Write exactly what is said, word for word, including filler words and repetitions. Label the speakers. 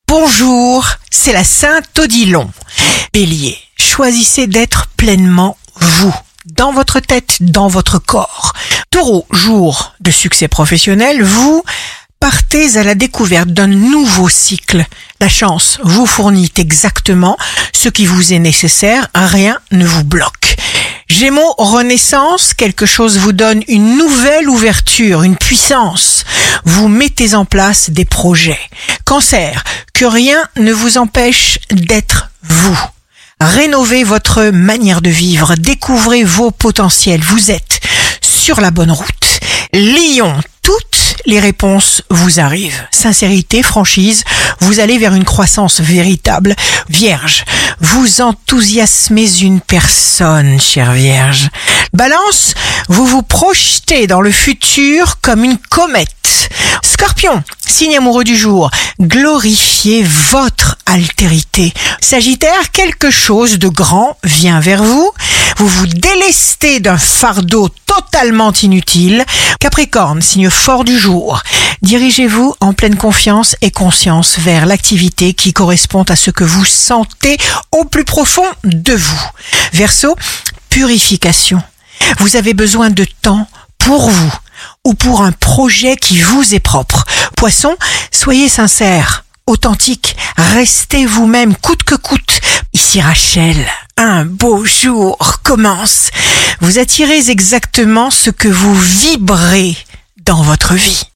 Speaker 1: Bonjour, c'est la Sainte Odilon. Bélier, choisissez d'être pleinement vous, dans votre tête, dans votre corps. Taureau, jour de succès professionnel, vous partez à la découverte d'un nouveau cycle. La chance vous fournit exactement ce qui vous est nécessaire, rien ne vous bloque. Gémeaux, renaissance, quelque chose vous donne une nouvelle ouverture, une puissance. Vous mettez en place des projets. Cancer, que rien ne vous empêche d'être vous. Rénovez votre manière de vivre, découvrez vos potentiels, vous êtes sur la bonne route. Lion, toutes les réponses vous arrivent. Sincérité, franchise, vous allez vers une croissance véritable. Vierge, vous enthousiasmez une personne, chère Vierge. Balance, vous vous projetez dans le futur comme une comète. Scorpion, signe amoureux du jour, glorifiez votre altérité. Sagittaire, quelque chose de grand vient vers vous. Vous vous délestez d'un fardeau totalement inutile. Capricorne, signe fort du jour, dirigez-vous en pleine confiance et conscience vers l'activité qui correspond à ce que vous sentez au plus profond de vous. Verseau, purification. Vous avez besoin de temps pour vous ou pour un projet qui vous est propre. Poisson, soyez sincère, authentique, restez vous-même coûte que coûte. Ici Rachel, un beau jour commence. Vous attirez exactement ce que vous vibrez dans votre vie.